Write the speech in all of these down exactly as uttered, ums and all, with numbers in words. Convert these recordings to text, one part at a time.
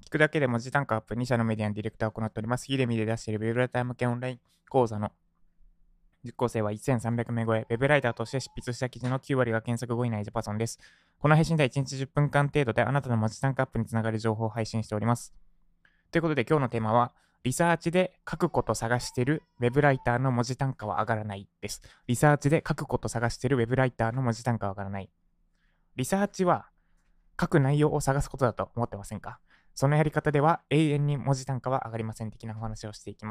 聞くだけで文字単価アップ、に社のメディアのディレクターを行っております。ユーデミで出しているウェブライター向けオンライン講座の実効性はせんさんびゃくめ超え、ウェブライターとして執筆した記事のきゅう割が検索後以内ジャパソンです。この配信ではいちにちじゅっぷんかん程度であなたの文字単価アップにつながる情報を配信しております。ということで今日のテーマは、リサーチで書くこと探してるウェブライターの文字単価は上がらないです。リサーチで書くこと探してるウェブライターの文字単価は上がらない。リサーチは書く内容を探すことだと思ってませんか？そのやり方では永遠に文字単価は上がりません的なお話をしていきます。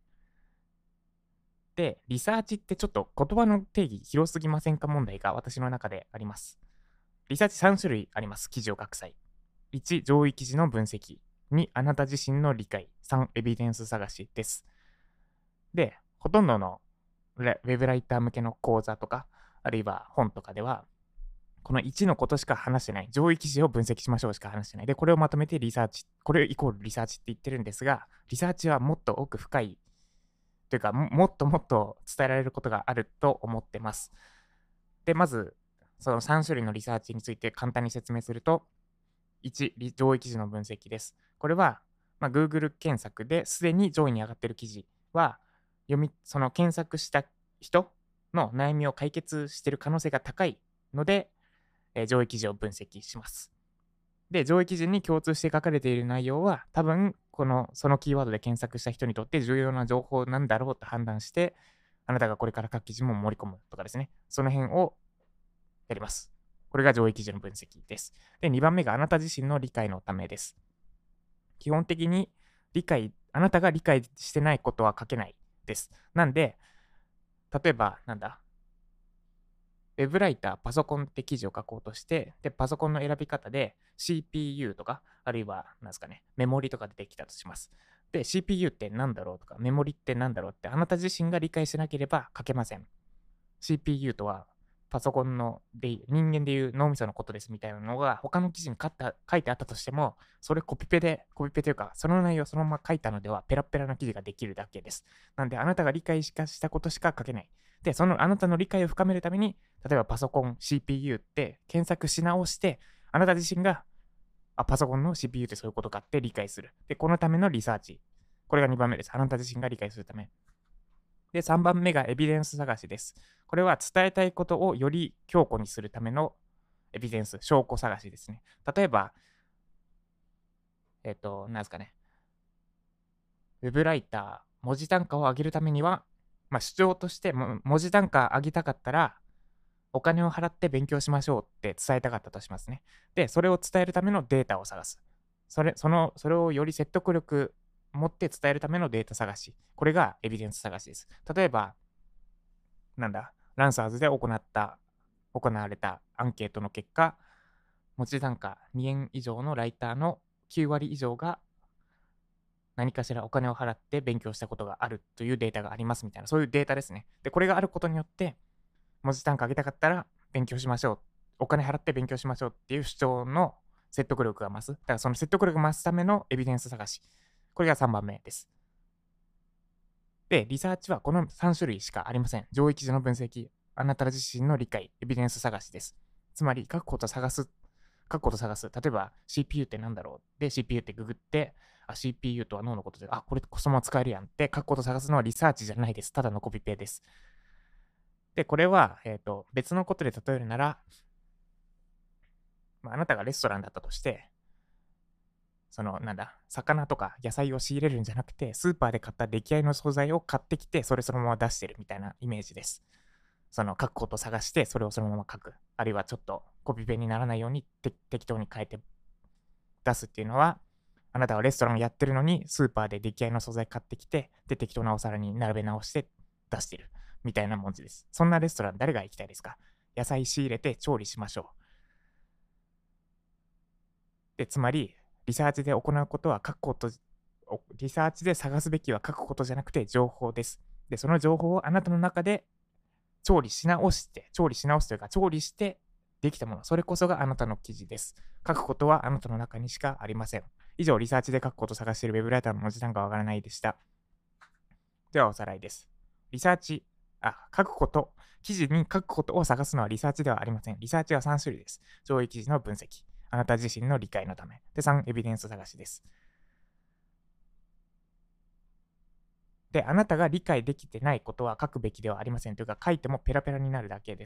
で、リサーチってちょっと言葉の定義広すぎませんか問題が私の中であります。リサーチさん種類あります。記事を書く際。いち、上位記事の分析。に、あなた自身の理解。さん、エビデンス探しです。で、ほとんどのウェブライター向けの講座とか、あるいは本とかでは、このいちのことしか話してない。上位記事を分析しましょうしか話してない。で、これをまとめてリサーチ。これイコールリサーチって言ってるんですが、リサーチはもっと奥深いというか、もっともっと伝えられることがあると思ってます。で、まず、そのさん種類のリサーチについて簡単に説明すると、いち、上位記事の分析です。これは、まあ、Google 検索ですでに上位に上がっている記事は、読み、その検索した人の悩みを解決している可能性が高いので、えー、上位記事を分析します。で、上位記事に共通して書かれている内容は、多分、この、そのキーワードで検索した人にとって重要な情報なんだろうと判断して、あなたがこれから書く記事も盛り込むとかですね。その辺をやります。これが上位記事の分析です。で、にばんめがあなた自身の理解のためです。基本的に理解、あなたが理解してないことは書けないです。なんで、例えば、なんだ、ウェブライター、パソコンって記事を書こうとして、で、パソコンの選び方で シーピーユー とか、あるいは、なんですかね、メモリとか出てきたとします。で、シーピーユー って何だろうとか、メモリって何だろうって、あなた自身が理解しなければ書けません。シーピーユー とは、パソコンので人間でいう脳みそのことですみたいなのが他の記事に書った書いてあったとしても、それコピペで、コピペというか、その内容をそのまま書いたのではペラペラな記事ができるだけです。なんで、あなたが理解しかしたことしか書けない。で、そのあなたの理解を深めるために、例えばパソコン シーピーユー って検索し直して、あなた自身が、あ、パソコンの シーピーユー ってそういうことかって理解する。で、このためのリサーチ。これがにばんめです。あなた自身が理解するため。で、さんばんめがエビデンス探しです。これは伝えたいことをより強固にするためのエビデンス、証拠探しですね。例えば、えっ、と、なんですかね。ウェブライター、文字単価を上げるためには、まあ、主張としても文字単価上げたかったら、お金を払って勉強しましょうって伝えたかったとしますね。で、それを伝えるためのデータを探す。それ、その、それをより説得力持って伝えるためのデータ探し。これがエビデンス探しです。例えば、なんだ、ランサーズで行った、行われたアンケートの結果、文字単価にえん以上のライターのきゅう割以上が何かしらお金を払って勉強したことがあるというデータがありますみたいな、そういうデータですね。で、これがあることによって、文字単価上げたかったら勉強しましょう。お金払って勉強しましょうっていう主張の説得力が増す。だからその説得力が増すためのエビデンス探し。これがさんばんめです。で、リサーチはこのさん種類しかありません。上位記事の分析、あなた自身の理解、エビデンス探しです。つまり、書くこと探す、書くこと探す。例えば、シーピーユー って何だろうで、シーピーユー ってググって、あ、シーピーユー とは脳のことで、あ、これそのまま使えるやんって書くこと探すのはリサーチじゃないです。ただのコピペです。で、これは、えっと、別のことで例えるなら、まあ、あなたがレストランだったとして、その、なんだ、魚とか野菜を仕入れるんじゃなくて、スーパーで買った出来合いの素材を買ってきて、それそのまま出してるみたいなイメージです。その書くことを探して、それをそのまま書く。あるいはちょっとコピペにならないように適当に変えて出すっていうのは、あなたはレストランをやってるのに、スーパーで出来合いの素材買ってきて、で、適当なお皿に並べ直して出してる。みたいな文字です。そんなレストラン誰が行きたいですか？野菜仕入れて調理しましょう。で、つまり、リサーチで行うことは書くこと、リサーチで探すべきは書くことじゃなくて情報です。で、その情報をあなたの中で調理し直して、調理し直すというか、調理してできたもの、それこそがあなたの記事です。書くことはあなたの中にしかありません。以上、リサーチで書くことを探しているウェブライターの文字単価はわからないでした。では、おさらいです。リサーチ、あ、書くこと、記事に書くことを探すのはリサーチではありません。リサーチはさん種類です。上位記事の分析。 あなた自身の理解のため。で、さん、エビデンス探しです。で、あなたが理解できてないことは書くべきではありませんというか、書いてもペラペラになるだけです。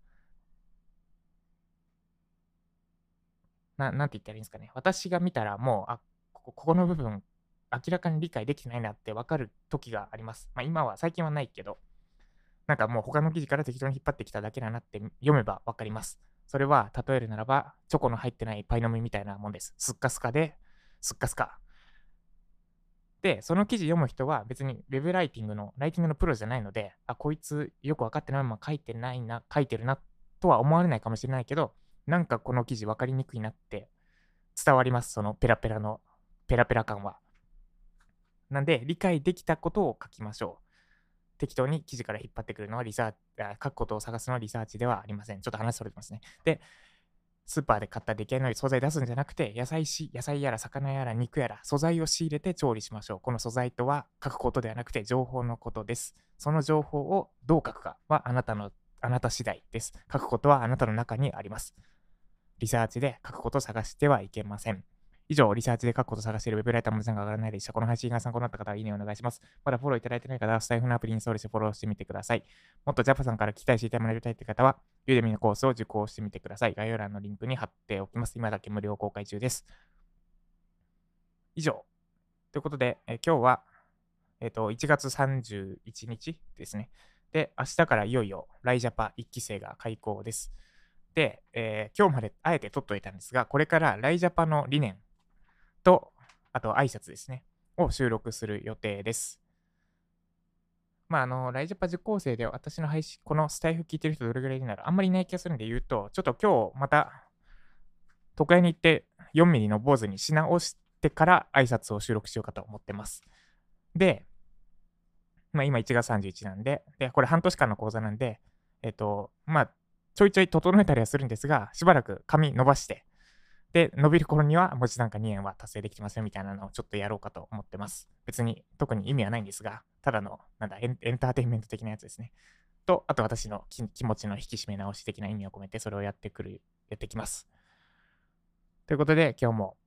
な、なんて言ったらいいんですかね。私が見たらもう、あ、ここ、ここの部分、明らかに理解できてないなって分かる時があります。まあ今は、最近はないけど、なんかもう他の記事から適当に引っ張ってきただけだなって読めば分かります。それは、例えるならば、チョコの入ってないパイの実みたいなもんです。スッカスカで、スッカスカ。で、その記事読む人は別にウェブライティングの、ライティングのプロじゃないので、あ、こいつよく分かってないまま書いてないな、書いてるなとは思われないかもしれないけど、なんかこの記事分かりにくいなって伝わります。そのペラペラの、ペラペラ感は。なんで、理解できたことを書きましょう。適当に記事から引っ張ってくるのはリサーチ、書くことを探すのはリサーチではありません。ちょっと話それてますね。で、スーパーで買った出来合いの素材出すんじゃなくて、野菜し、野菜やら魚やら肉やら素材を仕入れて調理しましょう。この素材とは書くことではなくて情報のことです。その情報をどう書くかはあなたの、あなた次第です。書くことはあなたの中にあります。リサーチで書くことを探してはいけません。以上、リサーチで書くことを探しているウェブライターの皆さんが上がらないでした。この配信が参考になった方は、いいねをお願いします。まだフォローいただいてない方は、スタイフのアプリにインストールしてフォローしてみてください。もっとジャパさんから期待していただきたいという方は、ユーデミのコースを受講してみてください。概要欄のリンクに貼っておきます。今だけ無料公開中です。以上。ということで、え今日は、えっと、いちがつさんじゅういちにちですね。で、明日からいよいよ、ライジャパいっき生が開講です。で、えー今日まであえて取っといたんですが、これからライジャパの理念と、あと挨拶ですね、を収録する予定です。まあ、あの、ライジャパ受講生で私の配信、このスタイフ聞いてる人どれぐらいいるなら、あんまりいない気がするんで言うと、ちょっと今日また、都会に行ってよんミリの坊主にし直してから挨拶を収録しようかと思ってます。で、まあ今いちがつさんじゅういちなんで、で、これ半年間の講座なんで、えっと、まあ、ちょいちょい整えたりはするんですが、しばらく髪伸ばして、で、伸びる頃には文字単価にえんは達成できてますよみたいなのをちょっとやろうかと思ってます。別に特に意味はないんですが、ただの、なんだエン、エンターテインメント的なやつですね。と、あと私の気持ちの引き締め直し的な意味を込めてそれをやってくる、やってきます。ということで、今日も、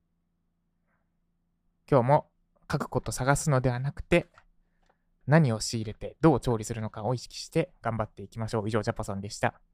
今日も書くこと探すのではなくて、何を仕入れてどう調理するのかを意識して頑張っていきましょう。以上、ジャパさんでした。